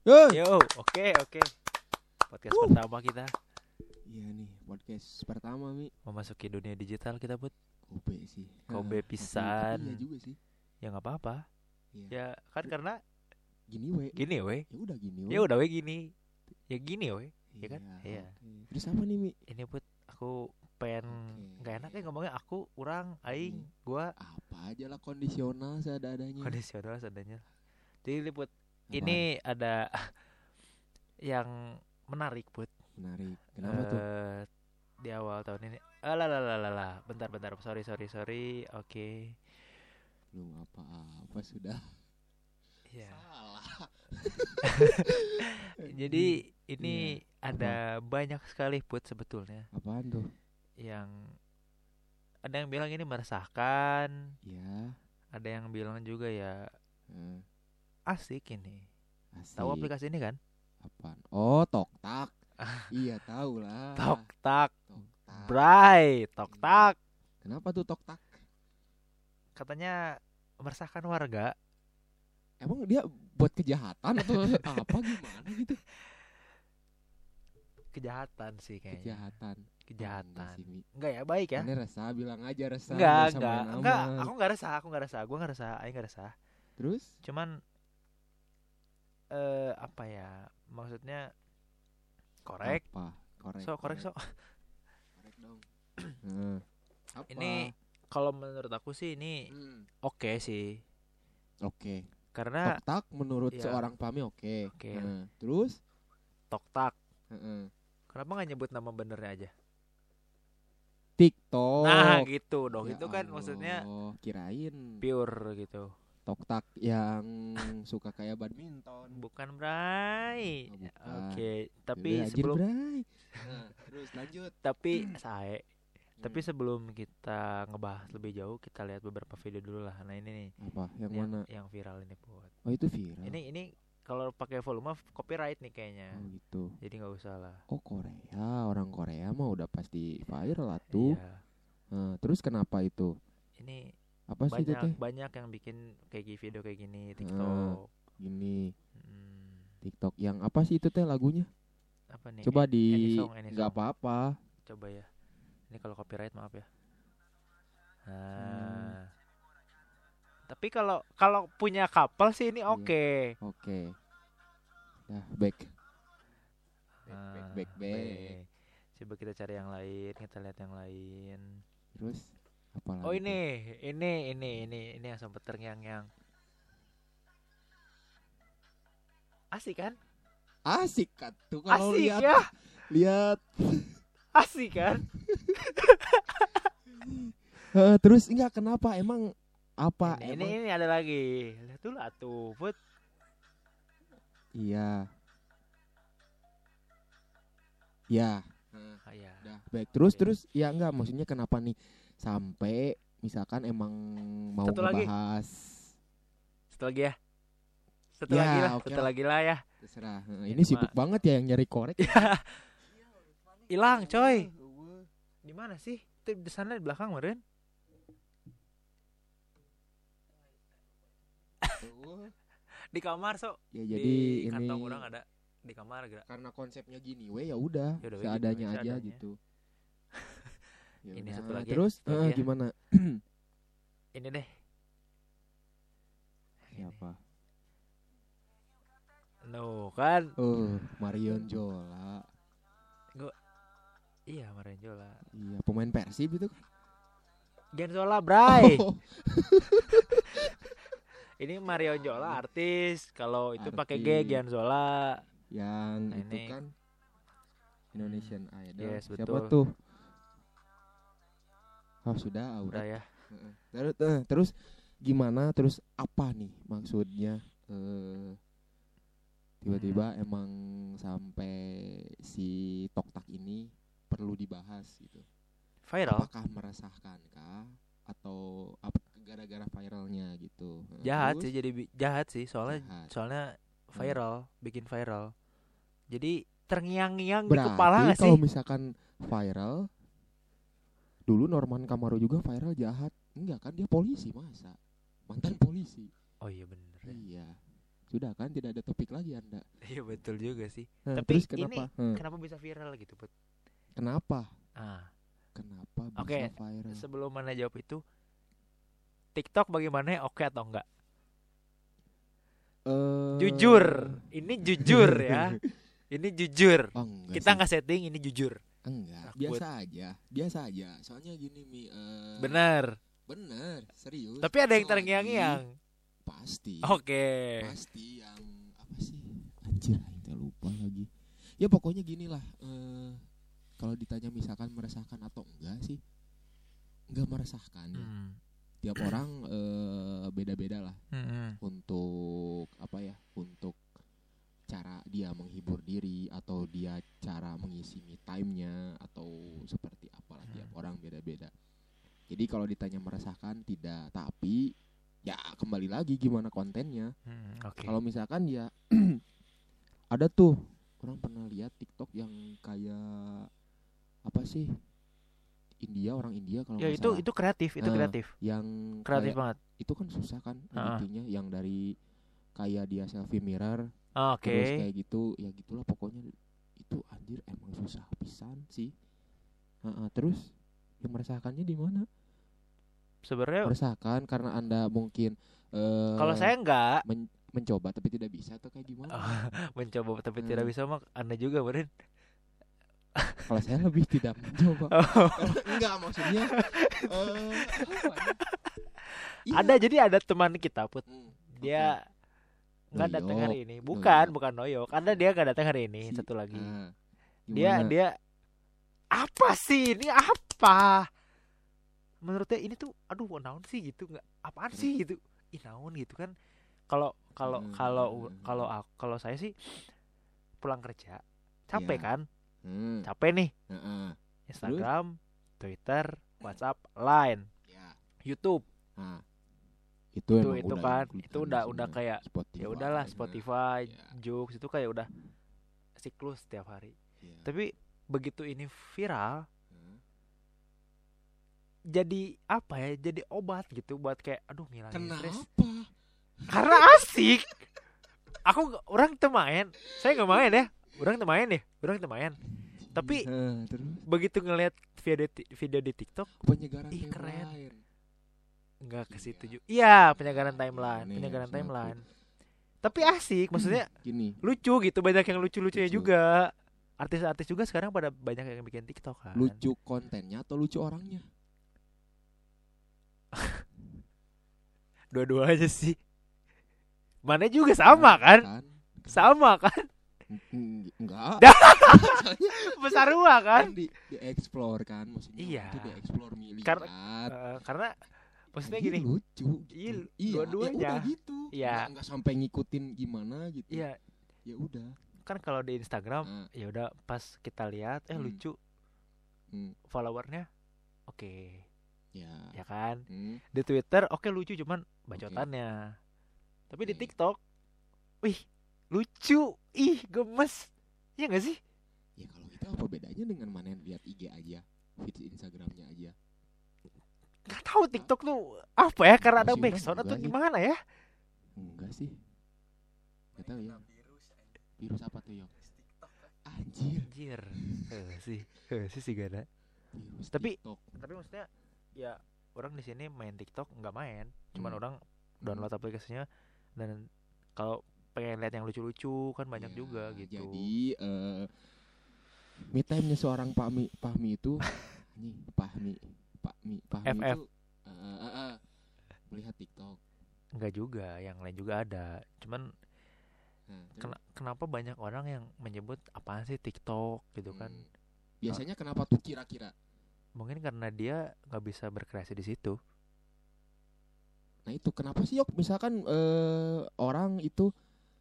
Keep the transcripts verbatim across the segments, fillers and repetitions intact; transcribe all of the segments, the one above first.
Yo, Yo, oke oke. Podcast uh. pertama kita. Iya nih, podcast pertama Mi. Memasuki dunia digital kita Bud. Kobe sih. Kobe pisan. Iya juga sih. Ya nggak apa-apa. Iya. Ya kan karena gini we. Gini we. Ya udah gini we. Ya udah we gini. Ya gini we. Ya kan? Iya. Okay. Terus apa nih Mi? Ini Bud, aku pengen nggak okay. enak ya ngomongnya aku, urang, aing, hmm. gua. Apa aja lah kondisional seadanya. Kondisional seadanya. Jadi Bud, ini ada yang menarik Bud. Menarik. Kenapa uh, tuh? Di awal tahun ini. Alalalalalala. Bentar bentar. Sorry sorry sorry. Oke. Okay. Belum apa-apa sudah. Iya. Salah. Jadi ini ya, ada apa? banyak sekali Bud sebetulnya. Apaan tuh? Yang ada yang bilang ini meresahkan. Ya. Ada yang bilang juga ya hmm. asik ini. Asik. Tahu aplikasi ini kan? Apaan? Oh, Toktak. Iya, tahu lah. Toktak. Bray, Toktak. Kenapa tuh Toktak? Katanya meresahkan warga. Emang dia buat kejahatan atau apa gimana gitu? Kejahatan sih kayaknya. Kejahatan. Kejahatan. Oh, enggak ya, baik ya. Ini resah, bilang aja resah. Enggak, enggak, enggak. Aku enggak resah, aku enggak resah. Gua enggak resah, aing enggak resah. Terus? Cuman eh apa ya? Maksudnya korek. Apa? Korek. So, korek, so. Korek dong. hmm. Apa? Ini kalau menurut aku sih ini hmm. oke okay sih. Oke. Okay. Karena Toktak menurut ya. seorang Pami oke. Okay. Oke. Okay. Hmm. Terus? Toktak. Heeh. Kenapa enggak nyebut nama benernya aja? TikTok. Nah, gitu dong. Ya itu kan Allah, maksudnya kirain pure gitu. Toktak yang suka kayak badminton. Bukan, Bray. Oh, Oke, okay. Tapi Bray, sebelum Bray. Nah, terus lanjut. Tapi saya hmm. Tapi sebelum kita ngebahas lebih jauh, kita lihat beberapa video dulu lah. Nah, ini nih. Apa? Yang ini mana? Yang, yang viral ini, Bud. Oh, itu viral. Ini ini kalau pakai volume copyright nih kayaknya. Oh, gitu. Jadi enggak usah lah. Oh, Korea. Orang Korea mah udah pasti viral lah tuh. Iya. Nah, terus kenapa itu? Ini apa sih banyak, itu teh? Banyak yang bikin kayak video kayak gini, TikTok. Nah, gini. Hmm. TikTok yang apa sih itu teh lagunya? Apa nih? Coba di enggak apa-apa. Coba ya. Ini kalau copyright maaf ya. Nah. Hmm. Tapi kalau kalau punya couple sih ini oke. Okay. Oke. Okay. Nah, back. Back, nah, back, back, back. back. Coba kita cari yang lain, kita lihat yang lain. Terus apa lagi? Oh ini, tuh? ini, ini, ini, ini yang sempat terngiang-ngiang. Asik kan? Asik kan tuh kalau lihat. Ya? Lihat. Asik kan? uh, terus enggak kenapa? Emang apa? Ini, emang? ini, ini ada lagi. Lihat dulu atuh, Put. Iya. Ya. Oh, iya. Udah, baik. Terus okay. terus ya enggak maksudnya kenapa nih sampai misalkan emang mau Satu ngebahas lagi. Satu lagi ya. Satu ya, lagi lah, okay. satu lagi lah ya. Terserah. Nah, ini sibuk banget ya yang nyari korek. Hilang, coy. Di mana sih? Itu di sana di belakang, meren. Di kamar, so. Ya jadi di ini kantong orang ada di kamar gerak. Karena konsepnya gini we ya udah seadanya aja seadanya. Gitu. Ya ini udah. Satu lagi. Terus satu uh, lagi ya. Gimana? Ini deh. Siapa? No kan. Oh, Marion Jola. Gua iya Marion Jola. Iya, pemain Persib itu kan. Genzola, Bray. Oh. Ini Marion Jola artis. Kalau itu pakai G Genzola. Yang nah, itu ini. Kan Indonesian Idol. Yes, siapa betul. tuh? Oh, sudah, udah ya. Terus, uh, terus gimana? Terus apa nih maksudnya? Uh, tiba-tiba hmm. emang sampai si Toktak ini perlu dibahas gitu. Viral? Apakah meresahkan kah? Atau apa gara-gara viralnya gitu? Jahat terus, sih, jadi bi- jahat sih soalnya jahat. Soalnya viral, hmm. bikin viral. Jadi terngiang-ngiang di kepala nggak sih? Kalau misalkan viral, dulu Norman Kamaru juga viral jahat. Enggak kan, dia polisi masa mantan polisi. Oh iya bener. Iya. Sudah kan tidak ada topik lagi Anda. Iya betul juga sih. Nah, Tapi terus kenapa? ini Hmm. kenapa bisa viral gitu, Put? Kenapa? Ah, Kenapa bisa Oke, viral? sebelum Mana jawab itu, TikTok bagaimana? Oke atau enggak? Eh, Jujur, ini jujur ya. Ini jujur. Oh, enggak Kita sih. nggak setting, ini jujur. Enggak, Takut. biasa aja, biasa aja. Soalnya gini Mi, eh, Benar. bener, serius. Tapi ada yang Selagi- terngiang-ngiang. Pasti. Oke. Pasti yang apa sih? Anjir, kita lupa lagi. Ya pokoknya gini lah. Eh, kalau ditanya misalkan meresahkan atau enggak sih, enggak meresahkan. Ya. Hmm. Tiap orang eh, beda-beda lah Hmm. untuk apa ya? Untuk cara dia menghibur diri atau dia cara mengisi me time-nya atau seperti apalah, tiap orang beda-beda. Jadi kalau ditanya meresahkan tidak, tapi ya kembali lagi gimana kontennya. Hmm, Oke. Kalau misalkan ya ada tuh orang pernah lihat TikTok yang kayak apa sih? India, orang India kalau Ya nggak itu salah. itu kreatif, itu Nah, kreatif. Yang Kreatif kayak- banget. itu kan susah kan Ha-ha. editingnya, yang dari kayak dia selfie mirror Oke. terus kayak gitu, ya gitulah pokoknya. Itu anjir emang susah pisan sih. Ha-ha, terus yang meresahkannya di mana? Sebenarnya Meresahkan karena Anda mungkin eh, kalau saya enggak men- mencoba tapi tidak bisa atau kayak gimana? mencoba tapi Hmm. tidak bisa mah Anda juga, Beren. Kalau saya lebih tidak mencoba. Kalau enggak maksudnya eh, apa ya? Iya. Ada jadi ada teman kita, Put. Hmm, Dia nggak Noyok. datang hari ini. Bukan, Noyok. bukan Noyok. Ada dia nggak datang hari ini. Si- Satu lagi. ah, Dia gimana? dia apa sih ini apa? Menurutnya ini tuh aduh naon sih gitu, nggak apaan sih gitu. Ih naon gitu kan. Kalau kalau Hmm. kalau kalau aku- kalau saya sih pulang kerja capek Iya. kan? Hmm, Capek nih. heeh. Instagram, Twitter, WhatsApp, Line, Ya. YouTube. Nah, itu Itu emang itu udah kan. include Itu kan udah di udah sana. kayak Spotify, ya udahlah nah, Spotify, ya. Joox itu kayak udah siklus setiap hari. ya. Tapi begitu ini viral, Hmm. jadi apa ya? Jadi obat gitu buat kayak aduh ngilangin stres. Kenapa? Karena asik. Aku nggak- orang teu main. Saya nggak main ya. Orang teu main deh. Orang teu main. Tapi Heh, terus begitu ngelihat video di, video di TikTok penyegaran Ih, keren. timeline. nggak ke Iya. situ juga. Iya, penyegaran Iya, timeline, ini penyegaran harusnya aku- timeline. Tapi asik, maksudnya Gini, lucu gitu, banyak yang lucu-lucunya Lucu. juga. Artis-artis juga sekarang pada banyak yang bikin TikTok kan. lucu kontennya atau lucu orangnya? Dua-duanya sih. Mana juga sama kan? Sama kan? Eng- Enggak. Dah. Soalnya Besar dua kan? kan di, di explore kan maksudnya. Iya. Itu di explore milih. Karena- Eh, karena maksudnya Anjir, gini. lucu gitu. Iya, Iya, dua-duanya. ya udah gitu. Iya. Nggak, nggak sampai ngikutin gimana gitu. Iya, Ya udah. kan kalau di Instagram Nah, ya udah pas kita lihat eh Hmm. lucu hmm, followernya. Oke, ya. ya kan? Hmm, Di Twitter oke lucu cuman bacotannya. Tapi di Oke. TikTok wih, lucu. Ih, gemes. Iya gak sih? ya kalau itu apa bedanya dengan mana yang lihat I G aja, feed Instagramnya aja? Gak tahu TikTok tuh apa ya, karena ada Masih backsound orang atau enggak sih. gimana ya? Enggak sih. Gak tahu ya. Virus apa tuh, Yok? Anjir. Anjir. Eh sih. Eh sih sih gak ada. Virus Tapi- TikTok. Tapi maksudnya ya orang di sini main TikTok nggak main, cuman Hmm. orang download aplikasinya dan kalau pengen lihat yang lucu-lucu kan banyak Ya, juga gitu. Jadi eh me time-nya seorang Pahmi Pahmi itu nih Pahmi Pahmi Pahmi F F. itu eh, eh, eh, melihat TikTok. Enggak juga, yang lain juga ada. Cuman Nah, terus, kena- kenapa banyak orang yang menyebut apaan sih TikTok gitu kan? hmm, biasanya kenapa tuh kira-kira? Mungkin karena dia nggak bisa berkreasi di situ. Nah itu kenapa sih, Yok? Misalkan eh, orang itu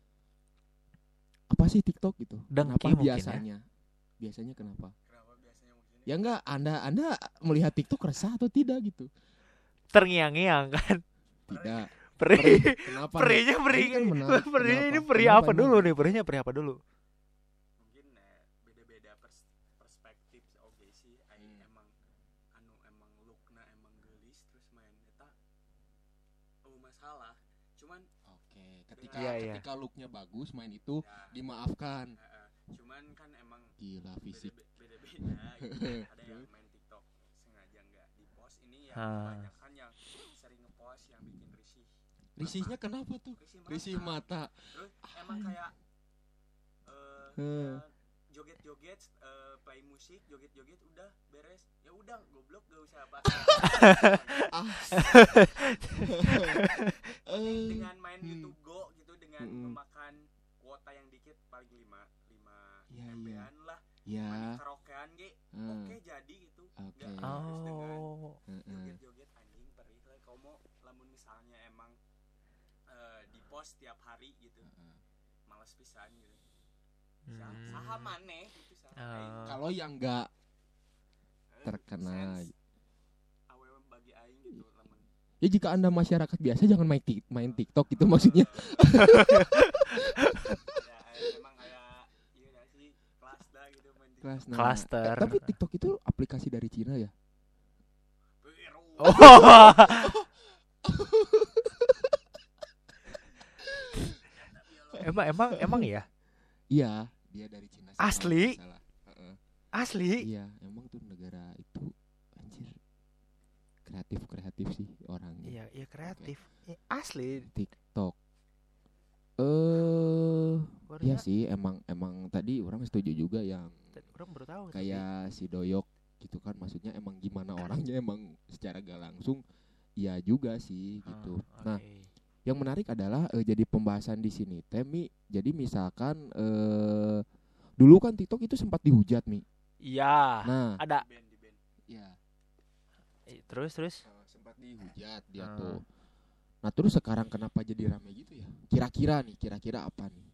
apa sih TikTok gitu? Dengki Kenapa mungkin ya? biasanya? Biasanya kenapa? Ya enggak, Anda Anda melihat TikTok resah atau tidak gitu? Terngiang-ngiang kan? Tidak. Perih. Kenapa? Perihnya perih. Ini kan menarik. Perihnya ini Kenapa? perih Kenapa apa emang? dulu nih? Perihnya perih apa dulu? Mungkin eh, beda-beda pers- perspektif oke sih aing Hmm. emang anu emang lookna emang gelis terus main eta oh masalah cuman Oke, ketika ketika Iya, iya. ketika looknya bagus main itu Ya, dimaafkan. heeh. Cuman kan emang Gila fisik. beda beda gitu. Ada yang main TikTok sengaja nggak di post, ini yang Ah. kebanyakan yang sering ngepost yang bikin risih Risihnya kenapa tuh? risih Risih mata. mata. Terus emang kayak eh Hmm. ya, joget-joget, eh, play musik, joget-joget udah beres. Ya udah, goblok gak usah apa. Ah. Eh. Dengan main Hmm. YouTube Go gitu, dengan Mm-mm. memakan kuota yang dikit paling lima lima Iya, M iya. B-an lah. Ya. Main karaokean ge. Hmm. Oke jadi gitu. Oke. Nggak harus dengan Oh. Heeh. joget-joget anjing perih lah. Kalau mau lamun misalnya emang eh, di post tiap hari gitu, Heeh. males pisan gitu. Hmm. Saha maneh gitu saha. Ah. Aing, Kalau yang enggak eh, terkena. sense awewe bagi aing gitu lamun. Ya jika Anda masyarakat biasa jangan main tik- main TikTok gitu maksudnya. Ya, emang kayak iya gak sih kelas dah gitu main TikTok. Kelas nah. Cluster. Eh, tapi TikTok itu aplikasi dari Cina ya? Biru. Oh. emang emang emang ya? Iya, dia dari Cina. sih, Asli? kalau nggak salah. Heeh. Asli? Iya, emang tuh negara itu anjir kreatif kreatif sih orangnya. Iya, iya kreatif. Iya, asli. TikTok. Eh, Baru iya ya, sih, emang emang tadi orang setuju juga yang orang baru tahu. tapi- kayak si Doyok gitu kan, maksudnya emang gimana orangnya emang secara gak langsung iya juga sih gitu. Ah, Nah, oke. yang menarik adalah eh, jadi pembahasan di sini Temi. Jadi misalkan eh dulu kan TikTok itu sempat dihujat Mi. Iya. Nah, Ada. Di band, di band. ya Eh, Terus terus. eh, sempat dihujat dia Ah. tuh. Nah, terus sekarang kenapa jadi rame gitu ya? Kira-kira nih, kira-kira apa nih?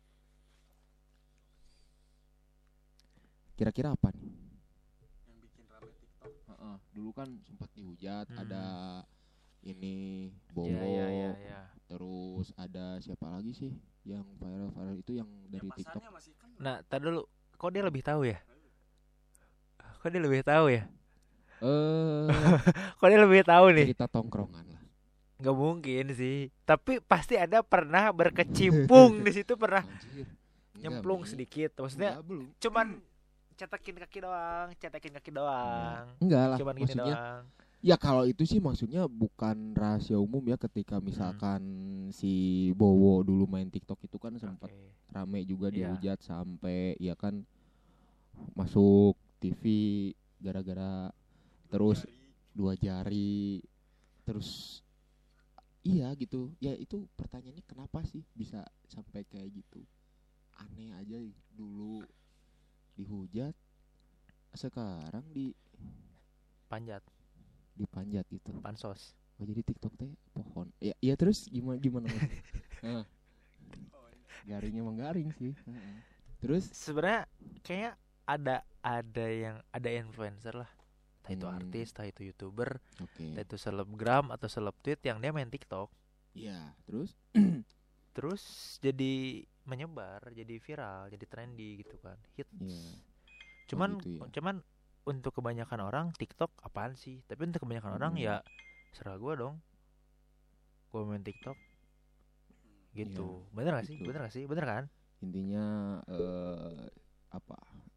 Kira-kira apa nih? Yang bikin rame TikTok. Heeh, dulu kan sempat dihujat, Hmm. ada ini Bowo, Iya iya iya iya. terus ada siapa lagi sih yang viral-viral itu yang dari Ya, TikTok? pasannya masih kan. Nah, tar dulu. Kok dia lebih tahu ya? Kok dia lebih tahu ya? Eh, Kok dia lebih tahu nih? cerita tongkrongan lah. Gak mungkin sih. Tapi pasti ada pernah berkecimpung di situ, pernah Anjir. Enggak, nyemplung Mi. sedikit. Maksudnya Enggak, belum. cuman cetakin kaki doang, cetakin kaki doang. Enggak lah, Cuman gini maksudnya doang. ya kalau itu sih maksudnya bukan rahasia umum ya, ketika misalkan si Bowo dulu main TikTok itu kan sempat Oke. rame juga Iya. dihujat sampai ya kan masuk T V gara-gara terus dua jari terus iya gitu. Ya itu pertanyaannya kenapa sih bisa sampai kayak gitu? Aneh aja dulu dihujat sekarang di Panjat, dipanjat gitu. pansos. Oh jadi TikTok teh pohon. Ya, ya terus gimana gimana? Mas? Nah, garingnya emang garing sih. Heeh. Terus Sebenarnya kayak ada ada yang ada influencer lah. Entah itu Hmm. artis, entah itu YouTuber, oke. entah itu selebgram atau seleb tweet yang dia main TikTok. Iya, terus Terus jadi menyebar, jadi viral, jadi trendy gitu kan. Hits. Iya. Cuman gitu ya. cuman untuk kebanyakan orang TikTok apaan sih? Tapi untuk kebanyakan orang Hmm. ya serah gua dong. Gua main TikTok gitu. Iya, Bener gak sih? gitu. Bener gak sih? Bener kan? intinya eh apa?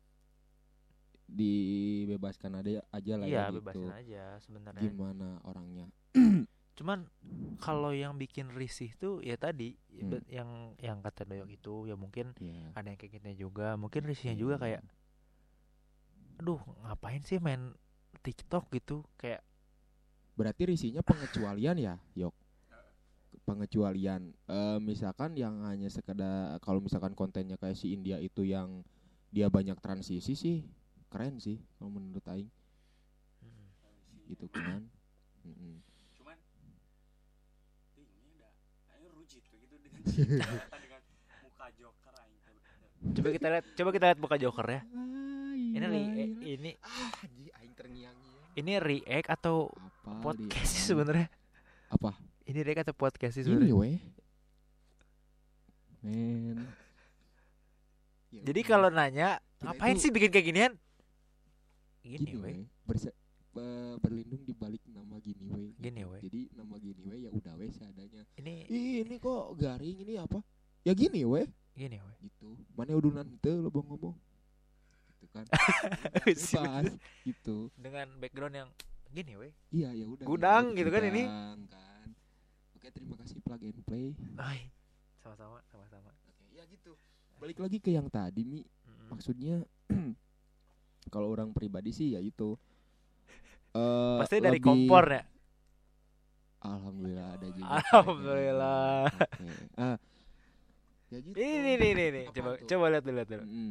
Dibebaskan aja aja lah Iya, ya gitu. bebasin aja sebenarnya. Gimana orangnya? Cuman kalau yang bikin risih tuh ya tadi Hmm. be- yang yang kata Doyok itu ya mungkin Iya. ada yang kayak gitu juga. Mungkin risihnya Iya. juga kayak aduh, ngapain sih main TikTok gitu? Kayak Berarti risinya pengecualian ya, Yok? Pengecualian. Eh misalkan yang hanya sekedar kalau misalkan kontennya kayak si India itu yang dia banyak transisi sih, keren sih kalau menurut aing. hmm, Gitu kan. Mm-mm. Cuman ini ada aing rujit tuh gitu dengan cinta dengan muka Joker aing teh. coba kita lihat coba kita lihat muka Joker ya. Ini re- eh, ini ah, anjing aing terngiang-ngiang. ini react atau Apa podcast sih dia? sebenarnya? Apa? Ini react atau podcast sih Ini sebenarnya? weh. Men. Ya Jadi udah. kalau nanya Kita ngapain itu- sih bikin kayak ginian? Gini, gini weh. weh, berse- be- berlindung di balik nama gini we. Gini gitu. we. Jadi nama gini we ya udah we seadanya. Ini Ih, ini kok garing ini apa? Ya gini we. gini we. Gitu. Mana udunan teu lo bang ngomong. Gitu kan. Bebas gitu. Dengan background yang gini we. Iya ya udah. Gudang ya, gitu kan ini. gudang kan. Oke, terima kasih plug and play. Ay, sama-sama, sama-sama. Oke, ya gitu. Balik lagi ke yang tadi Mi. Mm-mm. Maksudnya kalau orang pribadi sih ya itu. Uh, Pasti dari lebih- kompor ya. Alhamdulillah ada juga. Alhamdulillah. Oke. Ah, ya gitu. Ini nih nih nih. Apa Coba tuh? coba lihat dulu lihat dulu. Mm-mm.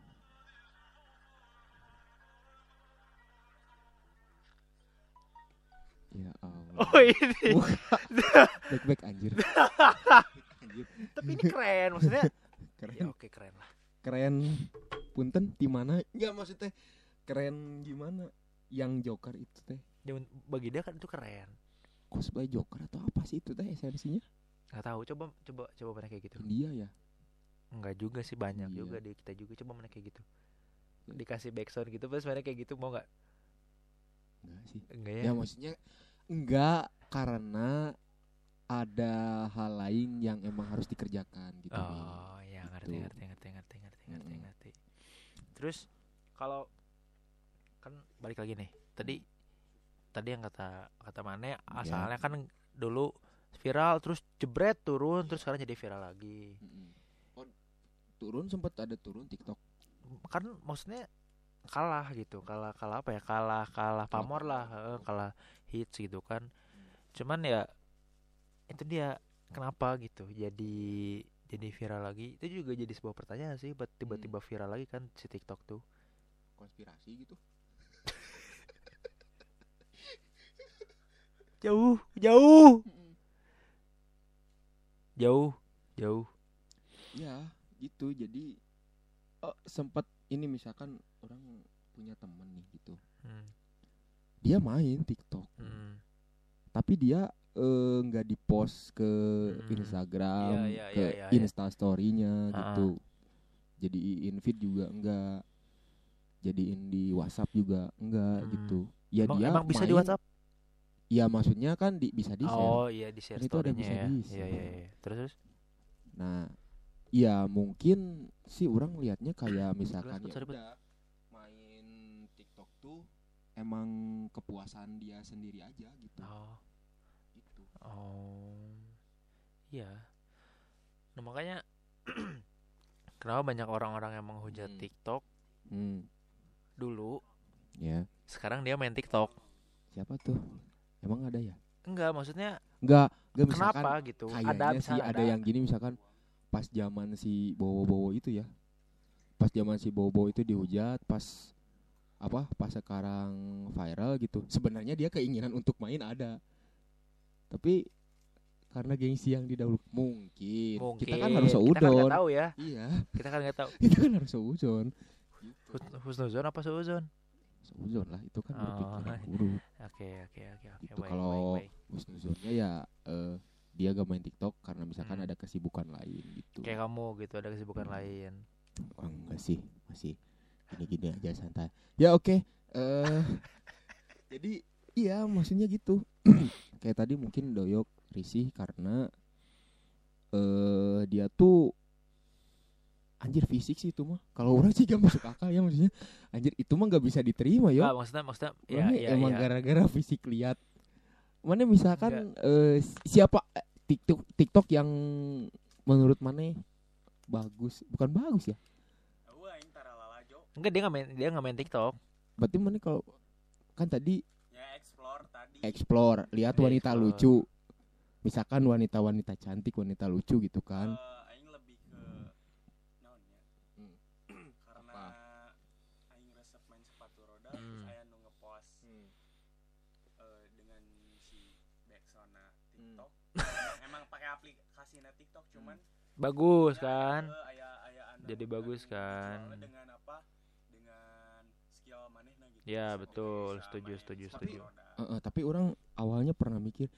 Ya Allah. Oh ini. Back-back anjir. Anjir. Tapi ini keren maksudnya. Ya Keren. oke keren lah. Keren. Punten di mana? Enggak maksudnya keren gimana? Yang Joker itu teh Dia- Bagi dia kan itu keren. cosplay Joker atau apa sih itu teh esensinya? Nggak tahu. Coba coba coba mana kayak gitu. India ya. Enggak juga sih banyak Iya. juga di kita juga coba mana kayak gitu. Ya. Dikasih backsound gitu terus mana kayak gitu mau nggak? Enggak sih. Enggak Ya ya? maksudnya enggak karena ada hal lain yang emang harus dikerjakan gitu. Mi. Oh ya ngerti Gitu. ngerti ngerti ngerti ngerti ngerti Mm-mm. ngerti. Terus kalau kan balik lagi nih tadi tadi yang kata kata Mane asalnya kan dulu viral terus jebret turun terus sekarang jadi viral lagi. Mm-mm. Oh, turun sempat ada turun TikTok. Kan maksudnya kalah gitu kalah kalah apa ya kalah kalah pamor lah heeh, kalah hits gitu kan. Cuman ya itu dia kenapa gitu jadi jadi viral lagi itu juga jadi sebuah pertanyaan sih buat tiba-tiba viral lagi kan si TikTok tuh. Konspirasi gitu. Jauh jauh jauh jauh. Ya, gitu. Jadi oh, sempat ini misalkan orang punya temen nih gitu. Hmm. Dia main TikTok, Hmm. tapi dia eh, nggak di-post ke Hmm. Instagram, Iya, iya, ke iya, iya, iya. Insta story-nya Ha-ha. gitu. Jadiin feed juga enggak. Jadiin di WhatsApp juga enggak Hmm. gitu. Ya Emang, dia emang bisa main, di WhatsApp? Ya maksudnya kan di, bisa di share. Oh iya di share Kan itu ada story-nya bisa ya. di-share. Iya iya iya. Terus terus. Nah, ya mungkin sih orang lihatnya kayak misalkan Betul, ya sorry, Bud. udah main TikTok tuh emang kepuasan dia sendiri aja gitu. Oh. Gitu. Oh. Iya. Nah, makanya kenapa banyak orang-orang yang menghujat Hmm. TikTok Hmm, dulu, ya. sekarang dia main TikTok. Siapa tuh? Emang ada ya? Enggak, maksudnya Enggak, enggak misalkan kenapa gitu? Ada kayaknya sih misalnya ada yang gini misalkan pas zaman si Bowo-Bowo itu ya. Pas zaman si Bowo-Bowo itu dihujat, pas apa? Pas sekarang viral gitu. Sebenarnya dia keinginan untuk main ada. Tapi karena gengsi yang didahulu mungkin. mungkin Kita kan harus kita kan seudon. nggak tahu ya. Iya, Kita kan nggak tahu. kita kan harus seudon. Hus- Husnuzon apa seuzon? Seudon lah, itu kan Oh. berpikiran buruk. Oke oke oke oke. Gitu. Baik Kalau baik baik. husnuzonnya ya eh, dia gak main TikTok karena misalkan Hmm. ada kesibukan lain gitu. Kayak kamu gitu ada kesibukan lain. Oh, enggak sih, masih gini-gini aja santai. Ya oke. eh jadi iya maksudnya gitu. Kayak tadi mungkin Doyok risih karena eh dia tuh anjir fisik sih itu mah. Kalau orang sih gak masuk akal ya maksudnya. Anjir itu mah gak bisa diterima Enggak, ya. maksudnya maksudnya ya Mana ya emang ya. gara-gara fisik lihat. Mana misalkan eh, siapa eh, TikTok TikTok yang menurut mana bagus? Bukan bagus ya. Tahu aing tara lalajo. Enggak dia nggak main dia nggak main TikTok. Berarti mana kalau kan tadi Ya explore tadi. explore, lihat Dia wanita explore. lucu. Misalkan wanita-wanita cantik, wanita lucu gitu kan. Eh, aing lebih ke naonnya. Hmm. Karena Apa? aing resep main sepatu roda Hmm. terus aya nu ngepost eh, dengan si Backsona TikTok. emang emang pakai aplikasinya TikTok cuman Bagus ya, kan? eh, aya aya anu Jadi anu bagus kan? dijualnya dengan apa? Dengan skill manehna gitu. Ya, Bisa betul. bisa Setuju, main setuju, sepatu setuju. roda. Eh, eh, tapi orang awalnya pernah mikir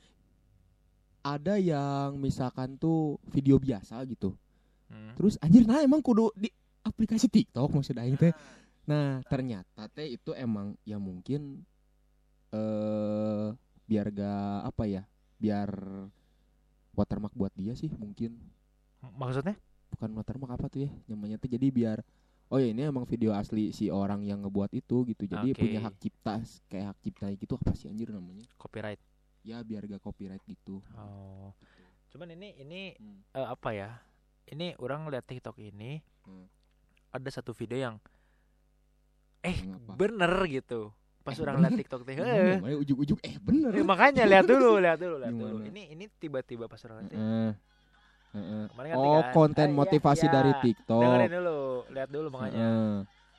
ada yang misalkan tuh video biasa gitu. Hmm. Terus anjir nah emang kudu di aplikasi TikTok maksud aing teh. Nah, Nah, ternyata teh itu emang ya mungkin eh biar gak apa ya, biar watermark buat dia sih mungkin. Maksudnya? Bukan watermark, apa tuh ya namanya tuh, jadi biar oh ya ini emang video asli si orang yang ngebuat itu gitu, jadi Oke. punya hak cipta, kayak hak cipta gitu, apa sih anjir namanya Copyright. ya, biar gak copyright gitu. Oh. Cuman ini ini Hmm. eh, apa ya? Ini orang lihat TikTok ini Hmm. ada satu video yang eh Yang apa? bener gitu. Pas Eh, orang lihat bener. TikTok teh, Gimana, eh, namanya ujuk-ujuk eh bener. eh, makanya lihat dulu, lihat dulu, lihat dulu. Gimana? Ini ini tiba-tiba pas orang lihat. Heeh. Heeh. Kemarin ngerti Oh, kan? konten Ah, iya, motivasi iya. dari TikTok. Dengerin dulu, lihat dulu makanya. Heeh.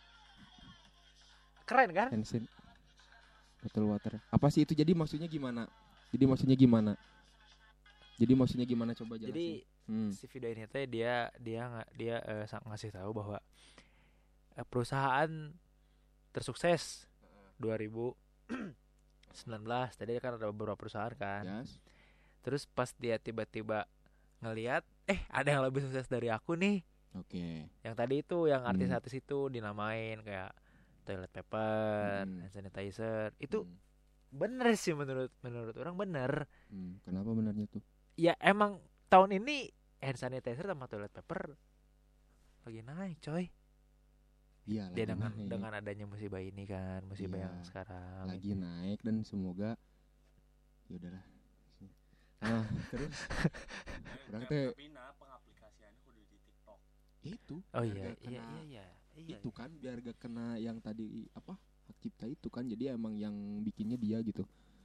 Keren kan? Tensin bottle water. Apa sih itu? Jadi maksudnya gimana? Jadi maksudnya gimana? Jadi maksudnya gimana, coba jelasin. Jadi Hmm. si video ini teh dia dia nga- dia eh, sang- ngasih tahu bahwa eh, perusahaan tersukses dua ribu sembilan belas tadi kan ada beberapa perusahaan kan. Yes. Terus pas dia tiba-tiba ngelihat eh ada yang lebih sukses dari aku nih. Oke. Yang tadi itu yang Hmm. artis-artis itu dinamain kayak toilet paper, Hmm. hand sanitizer. Itu Hmm. bener sih menurut menurut orang bener. Hmm. Kenapa benarnya tuh? Ya emang tahun ini hand sanitizer sama toilet paper lagi naik coy. Iya, Dia lagi dengan naik. dengan adanya musibah ini kan, musibah Iya, yang sekarang lagi naik dan semoga ya udahlah. Nah, terus Orang teh- tapi nah pengaplikasiannya kudu di TikTok. ya itu. oh biar iya gak iya kena iya iya iya itu kan, biar gak kena yang tadi apa, hak cipta itu kan, jadi emang yang bikinnya dia gitu.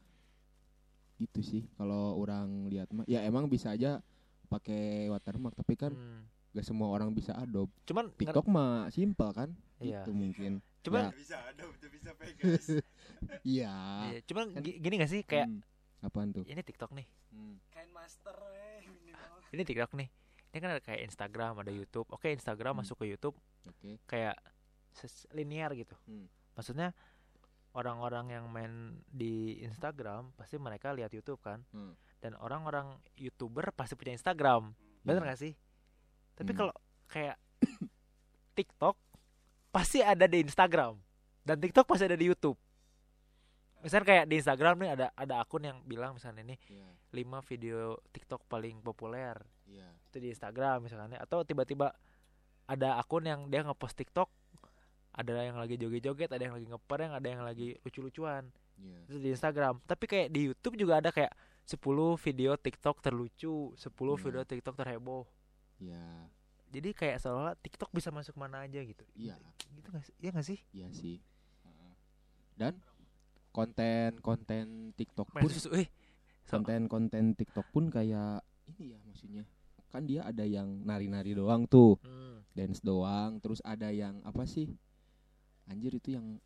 Gitu sih kalau orang lihat mah. Ya emang bisa aja pakai watermark, tapi kan Hmm. gak semua orang bisa Adobe. cuman nger- TikTok mah simpel kan? Iya. Itu mungkin. cuman Bisa ada, udah bisa Vegas. Iya. iya, cuman kan- gi- gini gak sih kayak Hmm. Apaan tuh? ini TikTok nih, Hmm. Kain master eh minimal. ini TikTok nih, ini kan ada kayak Instagram, ada YouTube. Oke, Instagram Hmm. masuk ke YouTube Oke. kayak ses- linear gitu. Hmm. Maksudnya orang-orang yang main di Instagram pasti mereka lihat YouTube kan, Hmm. dan orang-orang YouTuber pasti punya Instagram, bener Iya. gak sih? Tapi Hmm. kalau kayak TikTok pasti ada di Instagram dan TikTok pasti ada di YouTube. Misalnya kayak di Instagram nih ada ada akun yang bilang misalnya ini Iya. lima video TikTok paling populer Iya. itu di Instagram misalnya, atau tiba-tiba ada akun yang dia ngepost TikTok, ada yang lagi joget-joget, ada yang lagi ngeprank, ada yang lagi lucu-lucuan, Iya. itu di Instagram. Tapi kayak di YouTube juga ada kayak sepuluh video TikTok terlucu, sepuluh Iya. video TikTok terheboh. Iya. Jadi kayak seolah TikTok bisa masuk mana aja gitu. Iya. Gitu nggak sih? Iya nggak sih? Iya sih. Heeh. Dan konten-konten TikTok Main pun susu, eh. So- konten-konten TikTok pun kayak ini ya, maksudnya kan dia ada yang nari-nari doang tuh, Hmm. dance doang, terus ada yang apa sih anjir itu yang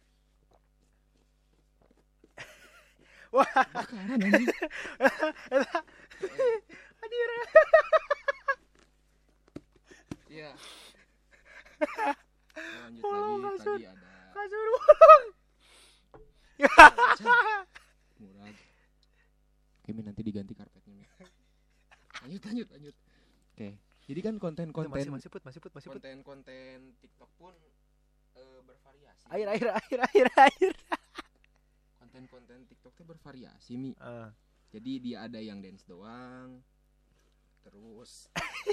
Wah. bakaran anjir. Anjir. Iya. Nah, lanjut lagi tadi ada Kasuruh. murah. Oke, Mi, nanti diganti karpetnya, Mi. Lanjut lanjut lanjut. Oke. Jadi kan konten-konten Masih masih put, masih put, masih put. konten-konten TikTok pun eh, bervariasi. Air air air air air. Konten-konten TikTok tuh bervariasi, Mi. Eh. Jadi dia ada yang dance doang. Terus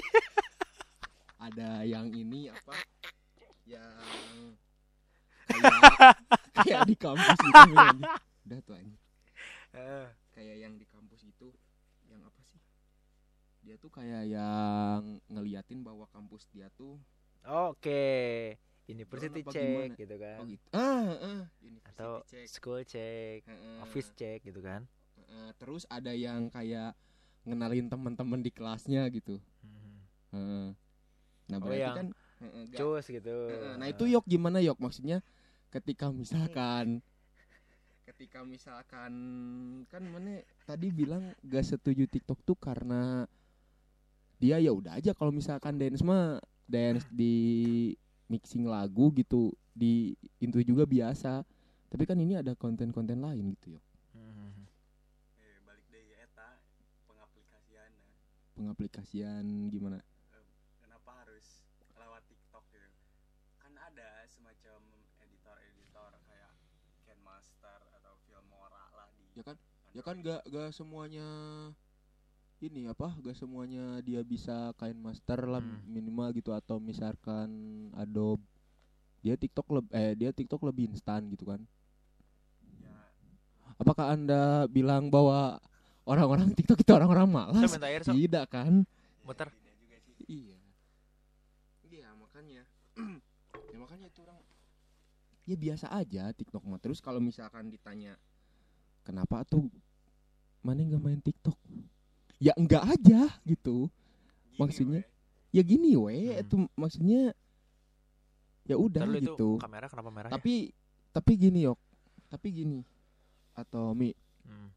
ada yang ini apa? Yang kayak kayak di kampus gitu, Mi, anjing. Udah tuh anjing. Eh. Kayak yang di kampus itu yang apa sih? Dia tuh kayak yang ngeliatin bahwa kampus dia tuh Oke. University apa check gimana? gitu kan. oh gitu. Ah, ah, university Atau check. school check, Heeh. office check gitu kan. Heeh, terus ada yang kayak ngenalin teman-teman di kelasnya gitu. Hmm. Heeh. Nah, Oh, berarti yang kan heeh, ga- Cus gitu. heeh, nah itu yok gimana yok, maksudnya ketika misalkan ketika misalkan kan mana tadi bilang gak setuju TikTok tuh karena dia ya udah aja kalau misalkan dance mah dance di mixing lagu gitu di itu juga biasa, tapi kan ini ada konten-konten lain gitu yok. Hmm. Eh balik deui eta pengaplikasianna. Pengaplikasian gimana? Kenapa harus lewat TikTok gitu? Kan ada semacam editor-editor kayak Ken Master atau Filmora lah di Ya kan Ya kan gak gak semuanya ini apa? Gak semuanya dia bisa kain master lah Hmm. minimal gitu, atau misalkan Adobe. Dia TikTok leb- eh dia TikTok lebih instan gitu kan. Ya, Apakah Anda bilang bahwa orang-orang TikTok itu orang-orang So malas? minta air so. Tidak kan? Muter. tidak juga sih. Iya. Iya, makanya. Ya makanya itu orang ya biasa aja TikTok mah. Terus kalau misalkan ditanya kenapa tuh mana nggak main TikTok? Ya enggak aja gitu. Gini, Maksudnya? we. Ya gini we, Hmm. itu maksudnya ya udah Ntar lu itu gitu. kamera kenapa merah? Tapi tapi gini yok. Tapi gini. Atau Mi, Hmm.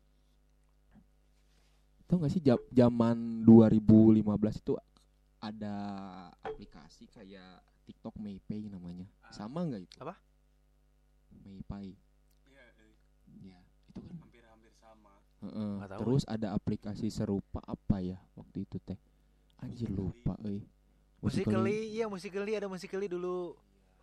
tau gak sih jam- zaman dua ribu lima belas itu ada aplikasi kayak TikTok MayPay namanya. Sama nggak itu? Apa? MayPay. Iya, eh, Ya, itu kan. hampir-hampir sama. Heeh. Nggak tahu, Terus ada aplikasi serupa apa ya waktu itu teh? Anjir lupa euy. Musically, iya Musically ada Musically dulu.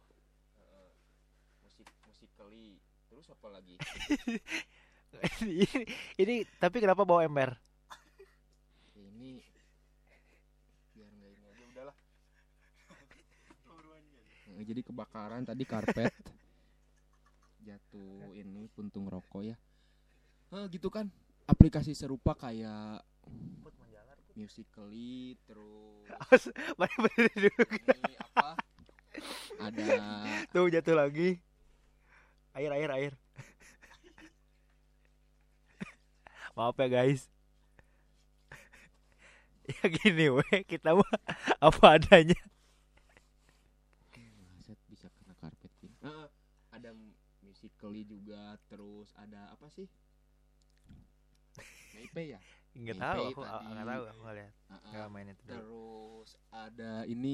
Musik Musically. Terus apa lagi? ini, ini tapi kenapa bawa ember? Ini biar nggak ini aja udahlah. Eh, Jadi kebakaran tadi karpet. Jatuh ini puntung rokok ya. Hah, gitu kan. Aplikasi serupa kayak Musically, terus Mari berdiri dulu. ini apa? Ada Tuh jatuh lagi. Air air air. Maaf ya guys. Ya gini weh, kita mah apa adanya. Set bisa kena karpet ini. Ah, ada Musically juga, terus ada apa sih? MayPay ya? Enggak Maypay tahu aku tadi. enggak tahu aku nggak lihat. Ah, ah. Enggak main itu dulu. Terus ada ini.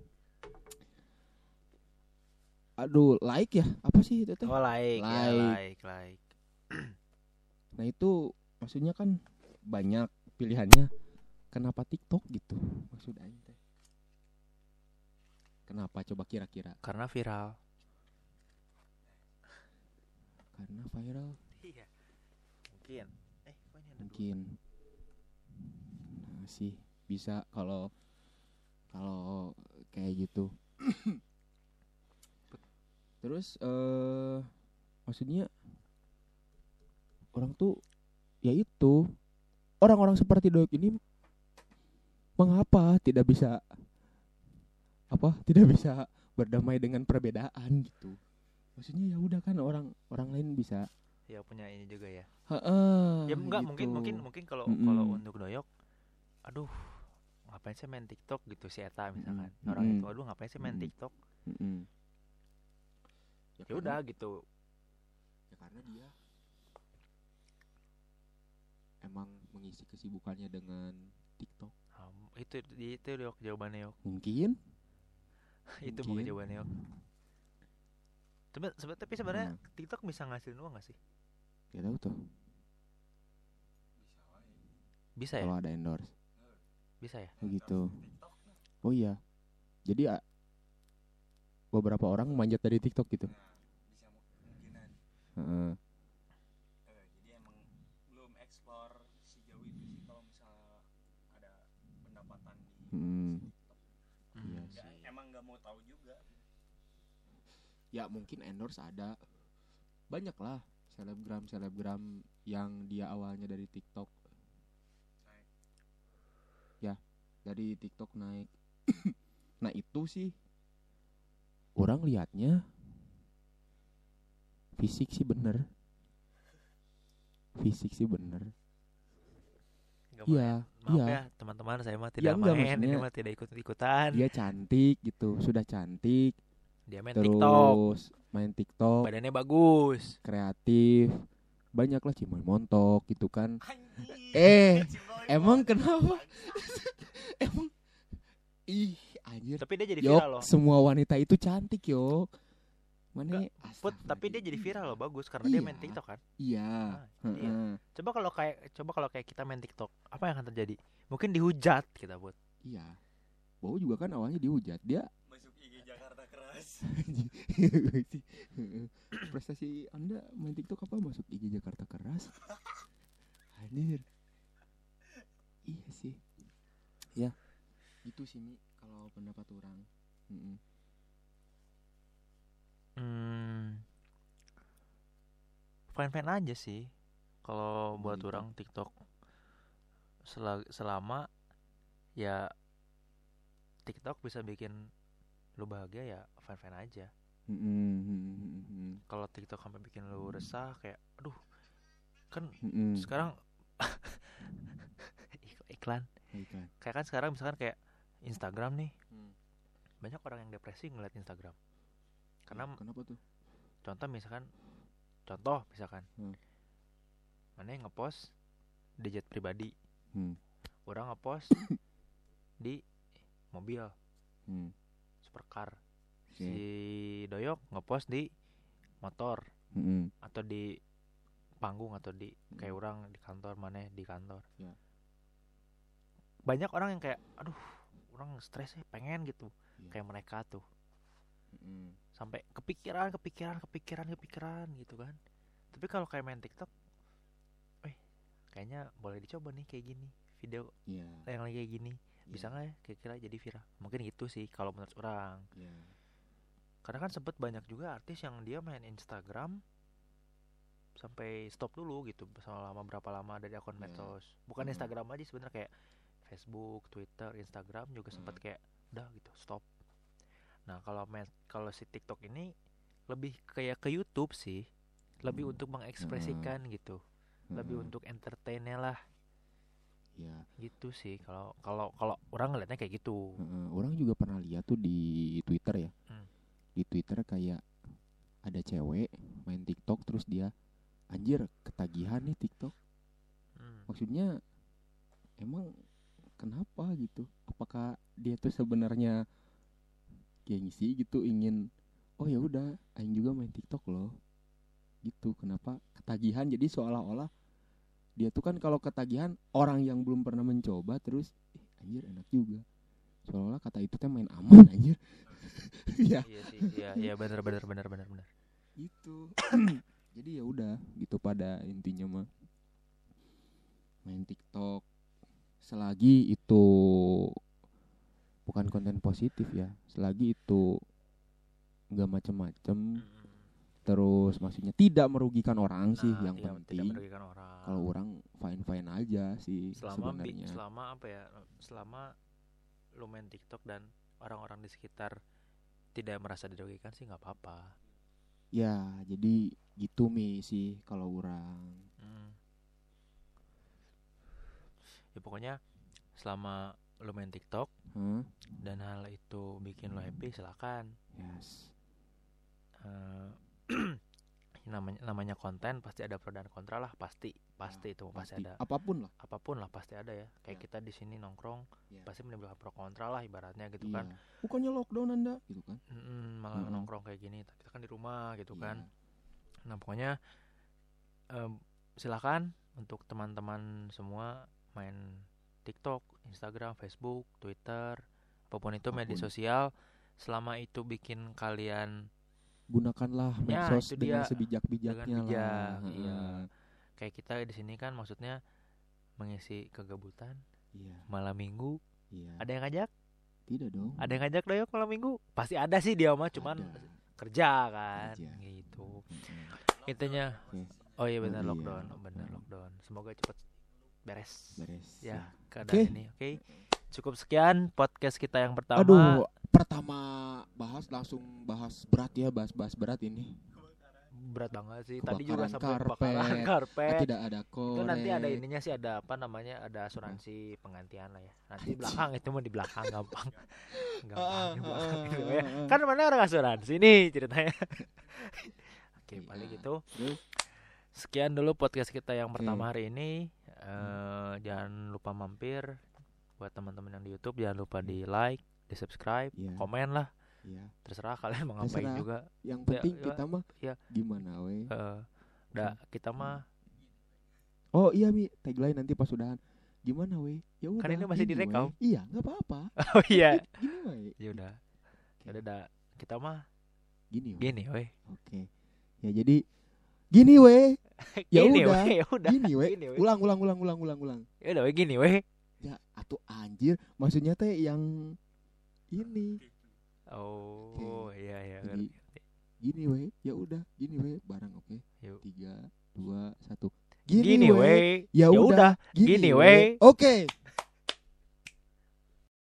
Aduh, like ya? Apa sih itu teh? Oh like, ya Like. like, like. Nah, itu maksudnya kan banyak pilihannya. Kenapa TikTok gitu? Maksud aing teh. Kenapa coba kira-kira? Karena viral. Karena viral Iya. Mungkin. Eh, kok ini ada dua? mungkin. Nah, sih bisa kalau kalau kayak gitu. Terus eh maksudnya orang tuh ya itu orang-orang seperti Doyok ini mengapa tidak bisa apa tidak bisa berdamai dengan perbedaan gitu. Maksudnya ya udah kan orang orang lain bisa. Ya punya ini juga ya. Heeh. Ya enggak gitu. mungkin mungkin mungkin kalau Mm-mm. kalau untuk Doyok, aduh ngapain sih main TikTok gitu si Eta misalkan. Mm-mm. Orang Mm-mm. itu aduh ngapain sih main Mm-mm. TikTok. Mm-mm. Ya karena- udah gitu. ya karena dia emang mengisi kesibukannya dengan TikTok. Um, itu itu Yok jawabannya Yok. Mungkin. Itu Mungkin. bukan jawabannya Yok. Tapi sebe- tapi sebenarnya Hmm. TikTok bisa ngasilin uang gak sih? Gak tahu tuh Bisa wae. Bisa ya? kalau ada endorse. Bisa ya? Oh gitu. TikTok nah. Oh iya. Jadi ah, beberapa orang manjat dari TikTok gitu. Nah, bisa mu- kemungkinan. Heeh. Eh, jadi emang belum explore sejauh itu sih kalau misalnya ada pendapatan di Hmm. TikTok. Iya Hmm. sih. Nggak- emang nggak mau tahu juga. Ya mungkin endorse ada. Banyak lah selebgram selebgram yang dia awalnya dari TikTok. Naik. Ya, dari TikTok naik. Nah, itu sih orang lihatnya fisik sih bener. Fisik sih bener. Nggak Iya, main. Maaf iya. ya teman-teman, saya mah tidak enggak, main, ini maksudnya- mah tidak ikut-ikutan. Dia cantik gitu, sudah cantik. Dia main terus TikTok, main TikTok, badannya bagus. kreatif. Banyak lah Cimoy montok gitu kan. Anjing. Eh, Cimoy emang montok. kenapa? Emang ih anjir. Tapi dia jadi Yok, viral loh. semua wanita itu cantik, Yok. Mana? Put, tapi dia jadi viral loh, bagus karena dia Iya. main TikTok kan. Iya. Nah, itu dia. Heeh. Coba kalau kayak coba kalau kayak kita main TikTok, apa yang akan terjadi? Mungkin dihujat kita, Put. Iya. Bowo juga kan awalnya dihujat. Dia Masuk I G Jakarta keras. prestasi Anda main TikTok apa masuk I G Jakarta keras? Anjir. Iya sih. Ya. Itu sih Mi kalau pendapat orang. Mm-mm. Hmm, fine-fine aja sih kalau buat Gitu. orang TikTok. Sel- selama ya TikTok bisa bikin lu bahagia ya fine-fine aja. Mm-mm. Kalau TikTok sampai bikin lu resah kayak aduh kan Mm-mm. sekarang ik- iklan Iklan. kayak kan sekarang misalkan kayak Instagram nih, Hmm. banyak orang yang depresi ngeliat Instagram karena Ya, kenapa tuh? contoh misalkan contoh misalkan Hmm. mana yang ngepost di jet pribadi, Hmm. orang ngepost di mobil Hmm. supercar, Oke. si Doyok ngepost di motor Mm-mm. atau di panggung atau di Hmm. kayak orang di kantor, mana di kantor. Ya. Banyak orang yang kayak aduh orang stres ya pengen gitu Ya. kayak mereka tuh Mm-mm. sampai kepikiran kepikiran kepikiran kepikiran gitu kan. Tapi kalau kayak main TikTok, eh kayaknya boleh dicoba nih kayak gini video Ya. yang lagi kayak gini, bisa Ya. nggak ya kira-kira jadi viral? Mungkin gitu sih kalau menurut orang. Ya. Karena kan sempet banyak juga artis yang dia main Instagram sampai stop dulu gitu selama berapa lama dari akun Ya. medsos. Bukan Hmm. Instagram aja sebenarnya, kayak Facebook, Twitter, Instagram juga sempat Hmm. kayak udah gitu stop. Nah kalau med- kalau si TikTok ini lebih kayak ke YouTube sih, lebih Hmm. untuk mengekspresikan gitu, lebih Mm-mm. untuk entertainnya lah Ya. gitu sih. Kalau kalau kalau orang ngeliatnya kayak gitu. Mm-mm. Orang juga pernah lihat tuh di Twitter ya. Hmm. Di Twitter kayak ada cewek main TikTok terus dia anjir ketagihan nih TikTok. Hmm. Maksudnya emang kenapa gitu? Apakah dia tuh sebenarnya gengsi gitu ingin oh ya udah aing juga main TikTok loh. Gitu. Kenapa ketagihan? Jadi seolah-olah dia tuh kan kalau ketagihan orang yang belum pernah mencoba terus eh anjir enak juga. Seolah-olah kata itu teh main aman anjir. Ya, Iya sih, iya iya benar benar benar benar benar. gitu. Jadi ya udah gitu pada intinya mah main TikTok selagi itu bukan konten positif ya, selagi itu enggak macem-macem terus maksudnya tidak merugikan orang sih yang tidak, tidak penting. merugikan orang. Kalau orang fine-fine aja sih selama bi- sebenarnya. selama apa ya? Selama lu main TikTok dan orang-orang di sekitar tidak merasa dirugikan sih nggak apa-apa. Ya, jadi gitu Mi sih kalau orang. Hmm. Ya pokoknya selama lu main TikTok Huh? dan hal itu bikin lu happy, silakan. Yes. Eh, namanya namanya konten pasti ada pro dan kontra lah, pasti pasti itu pasti, Pasti ada apapun lah. apapun lah pasti ada ya. Kayak Ya. kita di sini nongkrong Ya. pasti menimbulkan pro kontra lah ibaratnya gitu Iya. kan. Bukannya lockdown Anda gitu kan. Mm-mm, malah Mm-mm. nongkrong kayak gini kita kan di rumah gitu Iya. kan. Nah pokoknya em, silakan untuk teman-teman semua main TikTok, Instagram, Facebook, Twitter, apapun itu media Apapun. sosial, selama itu bikin kalian Gunakanlah Ya, medsos itu dengan dia. sebijak-bijaknya Dengan bijak, lah. iya. Heeh. kayak kita di sini kan maksudnya mengisi kegabutan Iya. malam minggu. Iya. Ada yang ngajak? Tidak dong. Ada yang ngajak Doyok malam minggu? Pasti ada sih dia mah, cuman Ada. kerja kan Kerja. gitu. Heeh. Intinya Oke. oh iya benar Oh, iya. lockdown, oh, benar Hmm. lockdown. Semoga cepat beres. Beres. Ya, Ya. keadaan Oke. ini. Oke. Cukup sekian podcast kita yang pertama. Aduh, pertama bahas langsung bahas berat ya, bahas-bahas berat ini. Berat banget sih. Tadi juga Kebakaran sampai karpet. kebakaran karpet. Ah, tidak ada korek. Itu nanti ada ininya sih, ada apa namanya, ada asuransi penggantian lah ya. Nanti di belakang itu mah di belakang gampang. Gampang di belakang gitu ya. Kan mana orang asuransi nih ceritanya. Oke, paling Iya. gitu. Terus? Sekian dulu podcast kita yang Oke. pertama hari ini. Eh, jangan lupa mampir buat teman-teman yang di YouTube, jangan lupa di like, di subscribe, Iya. komen lah. Iya. Terserah kalian mau ngapain Terserah. juga. Yang Ya, penting ya, kita mah ya. gimana we? Eh, udah kita mah Oh iya Mi, tagline nanti pas udahan. Gimana we? Ya udah. Kan ini masih gini, direkam. we. Iya, enggak apa-apa. oh iya. Gini we. Ya udah. Ya udah dah. Kita mah Gini we. gini, weh. Oke. Ya jadi Gini weh. Ya Gini udah. weh, ya udah. Gini weh. Gini weh. Ulang ulang ulang ulang ulang ulang. Ya udah weh, gini weh. Ya atuh anjir, maksudnya teh yang ini. Oh, iya iya Jadi, ngerti. gini weh, ya udah, gini weh, bareng oke. Yuk. Tiga, dua, satu. Gini weh. Ya Ya udah, gini weh. Oke.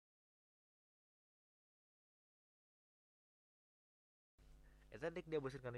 Eta dik dia bosan kan